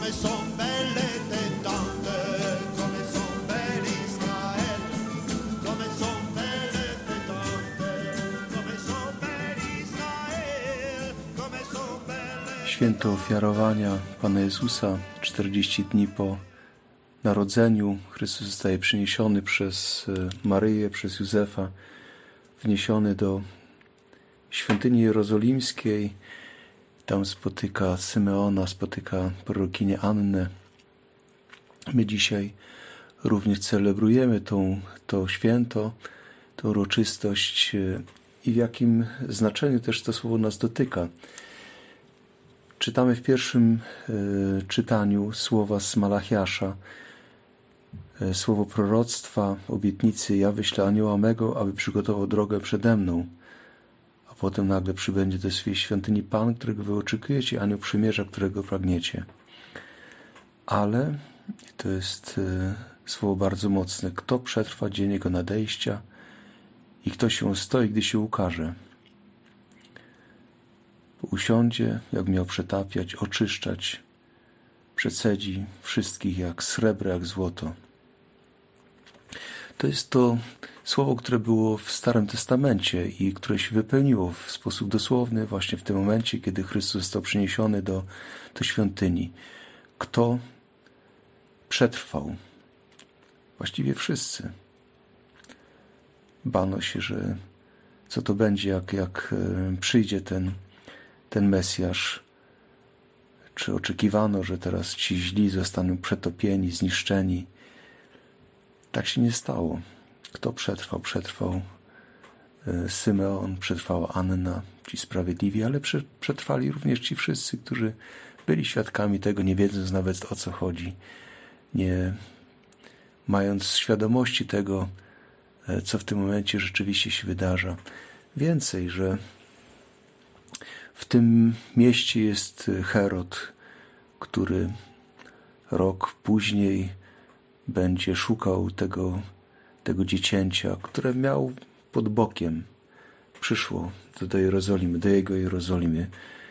come son belle te tante, come son belli Israel, come son belle te tante, come son belli Israel, come son belle. Święto ofiarowania Pana Jezusa, 40 dni po narodzeniu. Chrystus zostaje przyniesiony przez Maryję, przez Józefa, wniesiony do świątyni jerozolimskiej. Tam spotyka Symeona, spotyka prorokinię Annę. My dzisiaj również celebrujemy to święto, tę uroczystość i w jakim znaczeniu też to słowo nas dotyka. Czytamy w pierwszym czytaniu słowa z Malachiasza, słowo proroctwa, obietnicy: ja wyślę anioła mego, aby przygotował drogę przede mną. A potem nagle przybędzie do swej świątyni Pan, którego wy oczekujecie, anioł przymierza, którego pragniecie. Ale, i to jest słowo bardzo mocne, kto przetrwa dzień jego nadejścia i kto się stoi, gdy się ukaże. Usiądzie, jak miał przetapiać, oczyszczać, przecedzi wszystkich jak srebro, jak złoto. To jest to słowo, które było w Starym Testamencie i które się wypełniło w sposób dosłowny właśnie w tym momencie, kiedy Chrystus został przyniesiony do świątyni. Kto przetrwał? Właściwie wszyscy. Bano się, że co to będzie, jak przyjdzie ten Mesjasz. Czy oczekiwano, że teraz ci źli zostaną przetopieni, zniszczeni? Tak się nie stało. Kto przetrwał? Przetrwał Symeon, przetrwała Anna, ci sprawiedliwi, ale przetrwali również ci wszyscy, którzy byli świadkami tego, nie wiedząc nawet o co chodzi, nie mając świadomości tego, co w tym momencie rzeczywiście się wydarza. Więcej, że w tym mieście jest Herod, który rok później będzie szukał tego dziecięcia, które miał pod bokiem. Przyszło do Jerozolimy, do jego Jerozolimy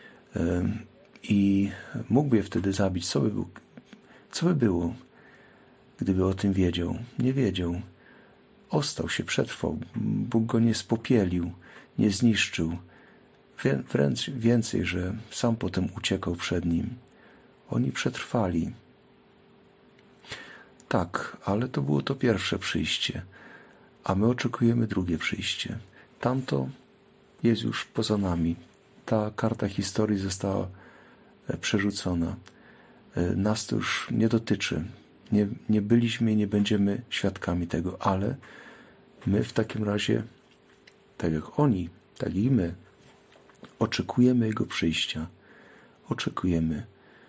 i mógłby je wtedy zabić. Co by było, gdyby o tym wiedział? Nie wiedział. Ostał się, przetrwał. Bóg go nie spopielił, nie zniszczył. Wręcz więcej, że sam potem uciekał przed nim. Oni przetrwali. Tak, ale to było to pierwsze przyjście, a my oczekujemy drugie przyjście. Tamto jest już poza nami. Ta karta historii została przerzucona. Nas to już nie dotyczy. Nie byliśmy i nie będziemy świadkami tego, ale my w takim razie, tak jak oni, tak i my, oczekujemy Jego przyjścia. Oczekujemy.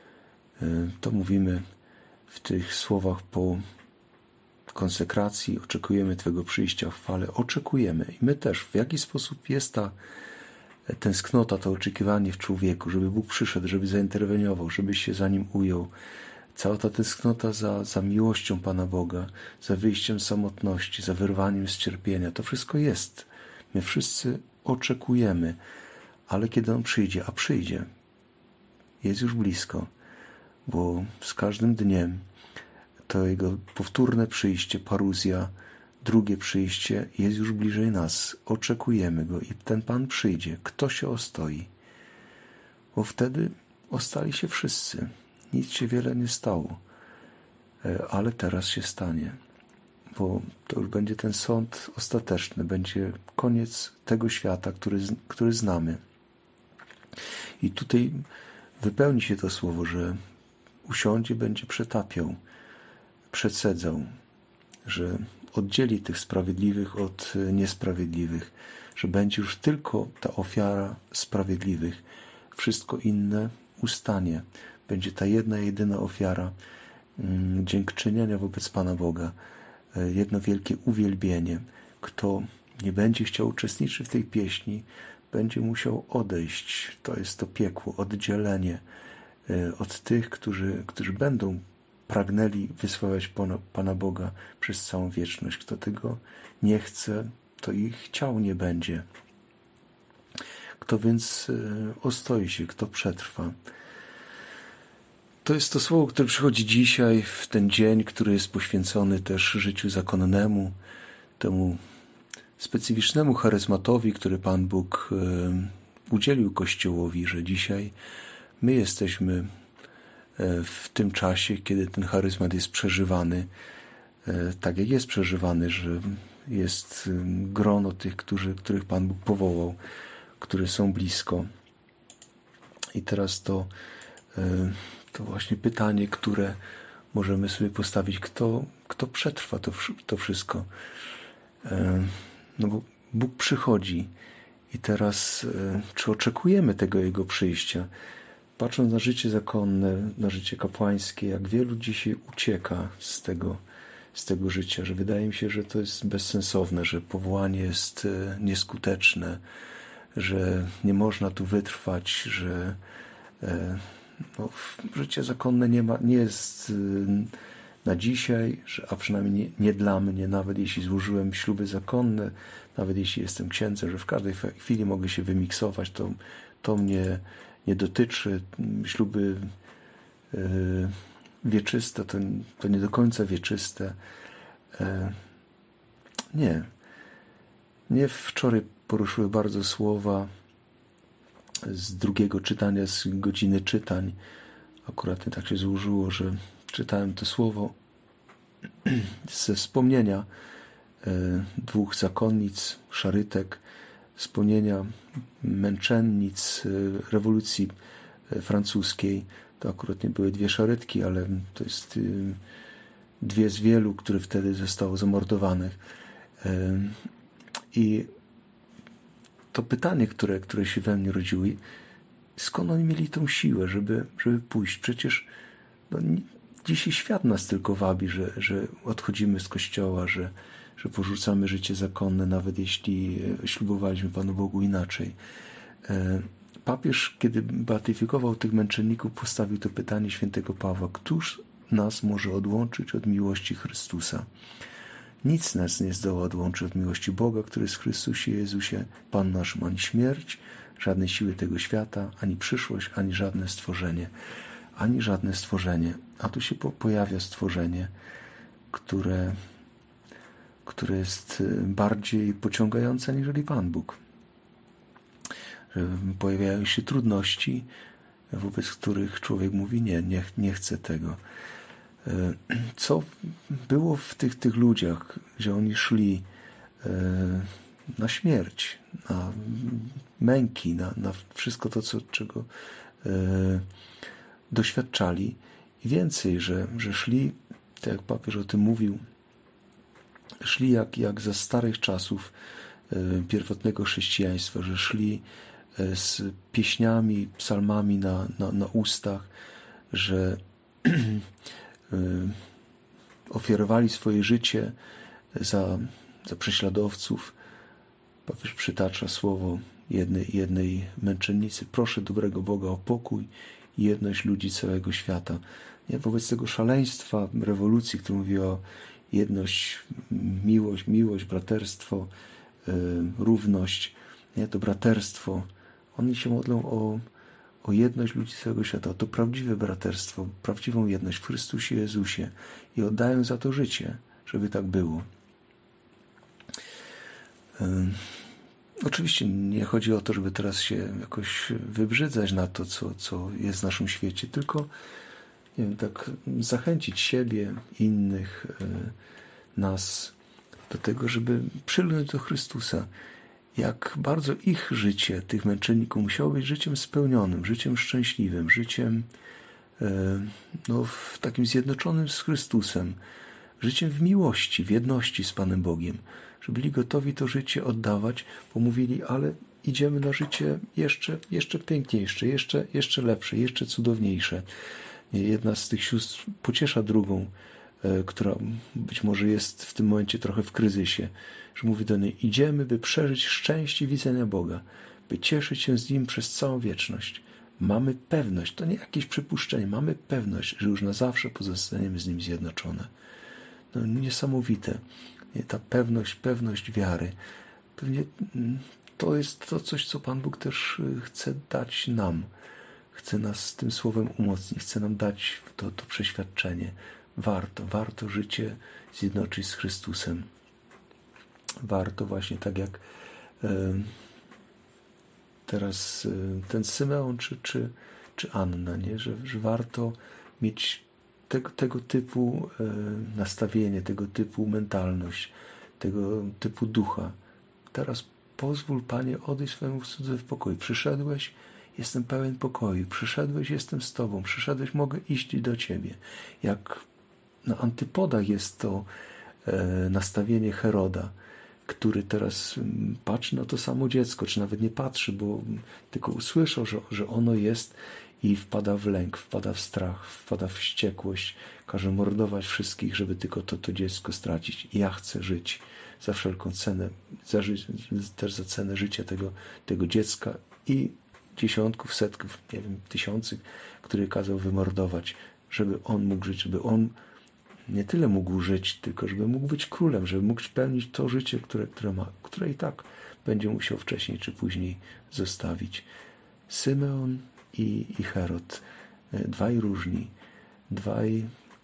To mówimy w tych słowach po konsekracji. Oczekujemy Twego przyjścia w chwale. Oczekujemy. I my też. W jaki sposób jest ta tęsknota, to oczekiwanie w człowieku, żeby Bóg przyszedł, żeby zainterweniował, żeby się za Nim ujął. Cała ta tęsknota za miłością Pana Boga, za wyjściem z samotności, za wyrwaniem z cierpienia. To wszystko jest. My wszyscy oczekujemy. Ale kiedy On przyjdzie, a przyjdzie, jest już blisko, bo z każdym dniem to Jego powtórne przyjście, paruzja, drugie przyjście jest już bliżej nas. Oczekujemy Go i ten Pan przyjdzie. Kto się ostoi? Bo wtedy ostali się wszyscy. Nic się wiele nie stało. Ale teraz się stanie. Bo to już będzie ten sąd ostateczny. Będzie koniec tego świata, który znamy. I tutaj wypełni się to słowo, że usiądzie, będzie przetapiał, przecedzał, że oddzieli tych sprawiedliwych od niesprawiedliwych, że będzie już tylko ta ofiara sprawiedliwych. Wszystko inne ustanie. Będzie ta jedna, jedyna ofiara dziękczynienia wobec Pana Boga. Jedno wielkie uwielbienie. Kto nie będzie chciał uczestniczyć w tej pieśni, będzie musiał odejść. To jest to piekło, oddzielenie od tych, którzy będą pragnęli wysławiać Pana Boga przez całą wieczność. Kto tego nie chce, to i chciał nie będzie. Kto więc ostoi się, kto przetrwa. To jest to słowo, które przychodzi dzisiaj, w ten dzień, który jest poświęcony też życiu zakonnemu, temu specyficznemu charyzmatowi, który Pan Bóg udzielił Kościołowi, że dzisiaj my jesteśmy w tym czasie, kiedy ten charyzmat jest przeżywany, tak jak jest przeżywany, że jest grono tych, których Pan Bóg powołał, które są blisko. I teraz to właśnie pytanie, które możemy sobie postawić, kto przetrwa to wszystko. No bo Bóg przychodzi i teraz czy oczekujemy tego Jego przyjścia? Patrząc na życie zakonne, na życie kapłańskie, jak wielu dzisiaj ucieka z tego życia, że wydaje mi się, że to jest bezsensowne, że powołanie jest nieskuteczne, że nie można tu wytrwać, że życie zakonne nie jest na dzisiaj, a przynajmniej nie dla mnie, nawet jeśli złożyłem śluby zakonne, nawet jeśli jestem księdzem, że w każdej chwili mogę się wymiksować, to mnie nie dotyczy. Śluby wieczyste to nie do końca wieczyste. Nie. Mnie wczoraj poruszyły bardzo słowa z drugiego czytania, z godziny czytań. Akurat tak się złożyło, że czytałem to słowo ze wspomnienia dwóch zakonnic, szarytek, wspomnienia męczennic rewolucji francuskiej. To akurat nie były dwie szarytki, ale to jest dwie z wielu, które wtedy zostało zamordowanych. I to pytanie, które się we mnie rodziło, skąd oni mieli tą siłę, żeby pójść? Przecież dzisiaj świat nas tylko wabi, że odchodzimy z Kościoła, że porzucamy życie zakonne, nawet jeśli ślubowaliśmy Panu Bogu inaczej. Papież, kiedy beatyfikował tych męczenników, postawił to pytanie świętego Pawła: któż nas może odłączyć od miłości Chrystusa? Nic nas nie zdoła odłączyć od miłości Boga, który jest w Chrystusie Jezusie, Panu naszym, ani śmierć, żadne siły tego świata, ani przyszłość, ani żadne stworzenie. Ani żadne stworzenie. A tu się pojawia stworzenie, które jest bardziej pociągające niżeli Pan Bóg. Że pojawiają się trudności, wobec których człowiek mówi nie chcę tego. Co było w tych ludziach, że oni szli na śmierć, na męki, na wszystko to, czego doświadczali. I więcej, że szli, tak jak papież o tym mówił, szli jak za starych czasów pierwotnego chrześcijaństwa, że szli z pieśniami, psalmami na ustach, że ofiarowali swoje życie za prześladowców. Papież przytacza słowo jednej męczennicy: proszę dobrego Boga o pokój i jedność ludzi całego świata. Nie? Wobec tego szaleństwa rewolucji, który mówi o jedność, miłość, braterstwo, równość, nie? To braterstwo. Oni się modlą o jedność ludzi całego świata, o to prawdziwe braterstwo, prawdziwą jedność w Chrystusie Jezusie i oddają za to życie, żeby tak było. Oczywiście nie chodzi o to, żeby teraz się jakoś wybrzydzać na to, co jest w naszym świecie, tylko tak zachęcić siebie, innych, nas do tego, żeby przylgnąć do Chrystusa. Jak bardzo ich życie, tych męczenników, musiało być życiem spełnionym, życiem szczęśliwym, życiem w takim zjednoczonym z Chrystusem, życiem w miłości, w jedności z Panem Bogiem, że byli gotowi to życie oddawać, bo mówili, ale idziemy na życie jeszcze piękniejsze, jeszcze lepsze, jeszcze cudowniejsze. Jedna z tych sióstr pociesza drugą, która być może jest w tym momencie trochę w kryzysie, że mówi do niej: idziemy, by przeżyć szczęście widzenia Boga, by cieszyć się z Nim przez całą wieczność. Mamy pewność, to nie jakieś przypuszczenie, mamy pewność, że już na zawsze pozostaniemy z Nim zjednoczone. Niesamowite. Ta pewność wiary. Pewnie to jest to coś, co Pan Bóg też chce dać nam. chce nas tym słowem umocnić, chce nam dać to przeświadczenie. Warto życie zjednoczyć z Chrystusem. Warto właśnie tak jak teraz ten Symeon czy Anna, nie? Że warto mieć tego typu nastawienie, tego typu mentalność, tego typu ducha. Teraz pozwól, Panie, odejść swojemu słudze w pokoju. Przyszedłeś, jestem pełen pokoju. Przyszedłeś, jestem z Tobą. Przyszedłeś, mogę iść do Ciebie. Jak na antypodach jest to nastawienie Heroda, który teraz patrzy na to samo dziecko, czy nawet nie patrzy, bo tylko usłyszał, że ono jest i wpada w lęk, wpada w strach, wpada w wściekłość, każe mordować wszystkich, żeby tylko to dziecko stracić. Ja chcę żyć za wszelką cenę, też za cenę życia tego dziecka i dziesiątków, setków, nie wiem, tysiący, który kazał wymordować, żeby on mógł żyć, żeby on nie tyle mógł żyć, tylko żeby mógł być królem, żeby mógł pełnić to życie, które ma, które i tak będzie musiał wcześniej czy później zostawić. Symeon i Herod, dwaj różni, dwaj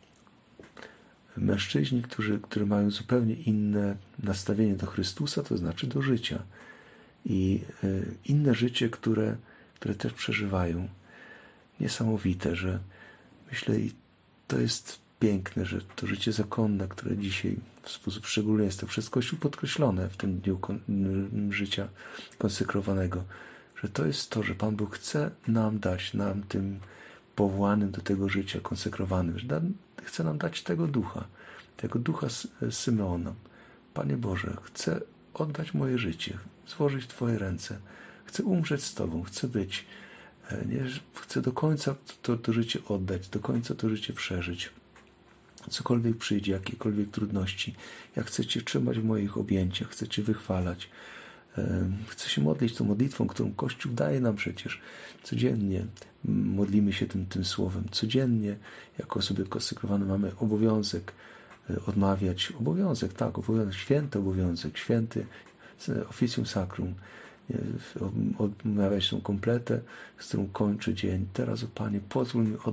mężczyźni, którzy mają zupełnie inne nastawienie do Chrystusa, to znaczy do życia. I inne życie, które też przeżywają. Niesamowite, że myślę, i to jest piękne, że to życie zakonne, które dzisiaj w sposób szczególny jest to przez Kościół podkreślone w tym dniu życia konsekrowanego, że to jest to, że Pan Bóg chce nam dać, nam tym powołanym do tego życia konsekrowanym, że chce nam dać tego ducha Symeona. Panie Boże, chcę oddać moje życie, złożyć w Twoje ręce, chcę umrzeć z Tobą, chcę być, chcę do końca to życie oddać, do końca to życie przeżyć. Cokolwiek przyjdzie, jakiekolwiek trudności, ja chcę Cię trzymać w moich objęciach, chcę Cię wychwalać. Chcę się modlić tą modlitwą, którą Kościół daje nam przecież. Codziennie modlimy się tym słowem. Codziennie jako osoby konsekrowane mamy obowiązek odmawiać. Obowiązek, święty obowiązek, święty officium sacrum. Odmawiać tą kompletę, z którą kończy dzień. Teraz, o Panie, pozwól mi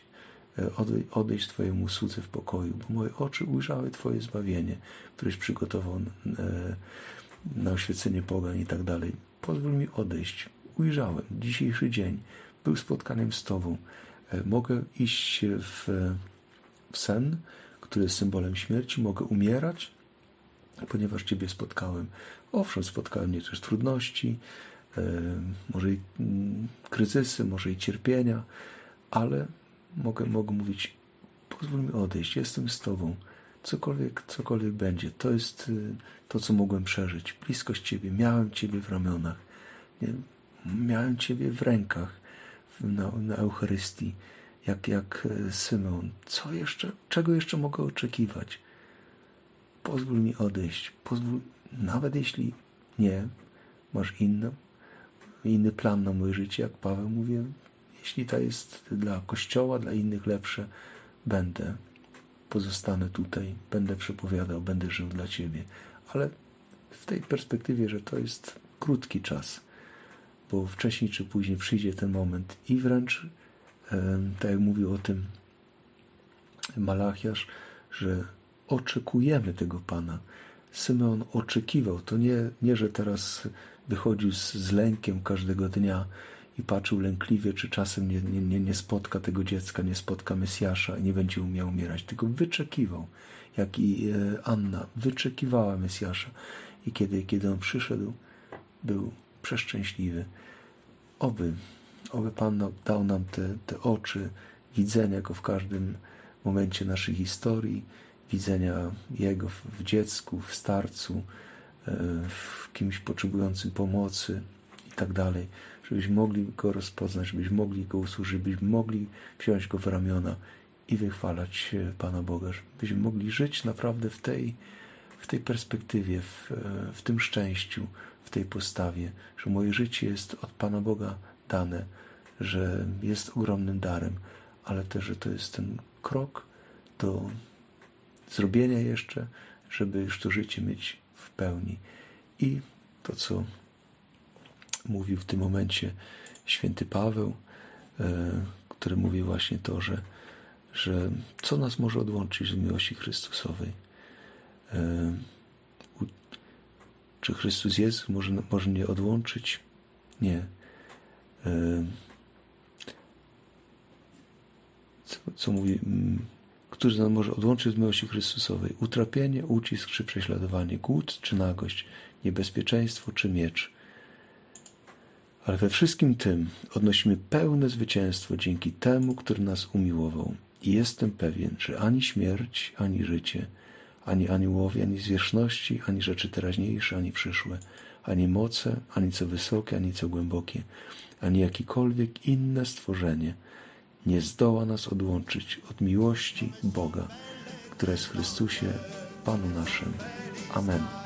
odejść Twojemu słudze w pokoju, bo moje oczy ujrzały Twoje zbawienie, któreś przygotował na oświecenie pogan i tak dalej. Pozwól mi odejść. Ujrzałem. Dzisiejszy dzień był spotkaniem z Tobą. Mogę iść w sen, który jest symbolem śmierci. Mogę umierać, ponieważ Ciebie spotkałem. Owszem, spotkałem mnie też trudności, może i kryzysy, może i cierpienia, ale mogę mówić, pozwól mi odejść, jestem z Tobą. Cokolwiek będzie. To jest to, co mogłem przeżyć. Bliskość Ciebie. Miałem Ciebie w ramionach. Miałem Ciebie w rękach na Eucharystii. Jak Symeon. Czego jeszcze mogę oczekiwać? Pozwól mi odejść. Pozwól, nawet jeśli nie, masz inny plan na moje życie, jak Paweł mówi, jeśli to jest dla Kościoła, dla innych lepsze, pozostanę tutaj, będę przepowiadał, będę żył dla Ciebie. Ale w tej perspektywie, że to jest krótki czas, bo wcześniej czy później przyjdzie ten moment i wręcz, tak jak mówił o tym Malachiasz, że oczekujemy tego Pana. Symeon oczekiwał. To nie, że teraz wychodził z lękiem każdego dnia i patrzył lękliwie, czy czasem nie spotka tego dziecka, nie spotka Mesjasza i nie będzie umiał umierać, tylko wyczekiwał, jak i Anna wyczekiwała Mesjasza. I kiedy on przyszedł, był przeszczęśliwy. Oby Pan dał nam te oczy widzenia Go w każdym momencie naszej historii, widzenia Jego w dziecku, w starcu, w kimś potrzebującym pomocy i tak dalej, żebyśmy mogli Go rozpoznać, żebyśmy mogli Go usłyszeć, żebyśmy mogli wziąć Go w ramiona i wychwalać Pana Boga, żebyśmy mogli żyć naprawdę w tej perspektywie, w tym szczęściu, w tej postawie, że moje życie jest od Pana Boga dane, że jest ogromnym darem, ale też, że to jest ten krok do zrobienia jeszcze, żeby już to życie mieć w pełni. I to, co mówił w tym momencie święty Paweł, który mówi właśnie to, że co nas może odłączyć od miłości Chrystusowej? Czy Chrystus jest? Może mnie odłączyć? Nie. Co mówi? Który nas może odłączyć od miłości Chrystusowej? Utrapienie, ucisk czy prześladowanie, głód czy nagość, niebezpieczeństwo czy miecz. Ale we wszystkim tym odnosimy pełne zwycięstwo dzięki temu, który nas umiłował. I jestem pewien, że ani śmierć, ani życie, ani aniołowie, ani zwierzchności, ani rzeczy teraźniejsze, ani przyszłe, ani moce, ani co wysokie, ani co głębokie, ani jakiekolwiek inne stworzenie nie zdoła nas odłączyć od miłości Boga, która jest w Chrystusie, Panu naszym. Amen.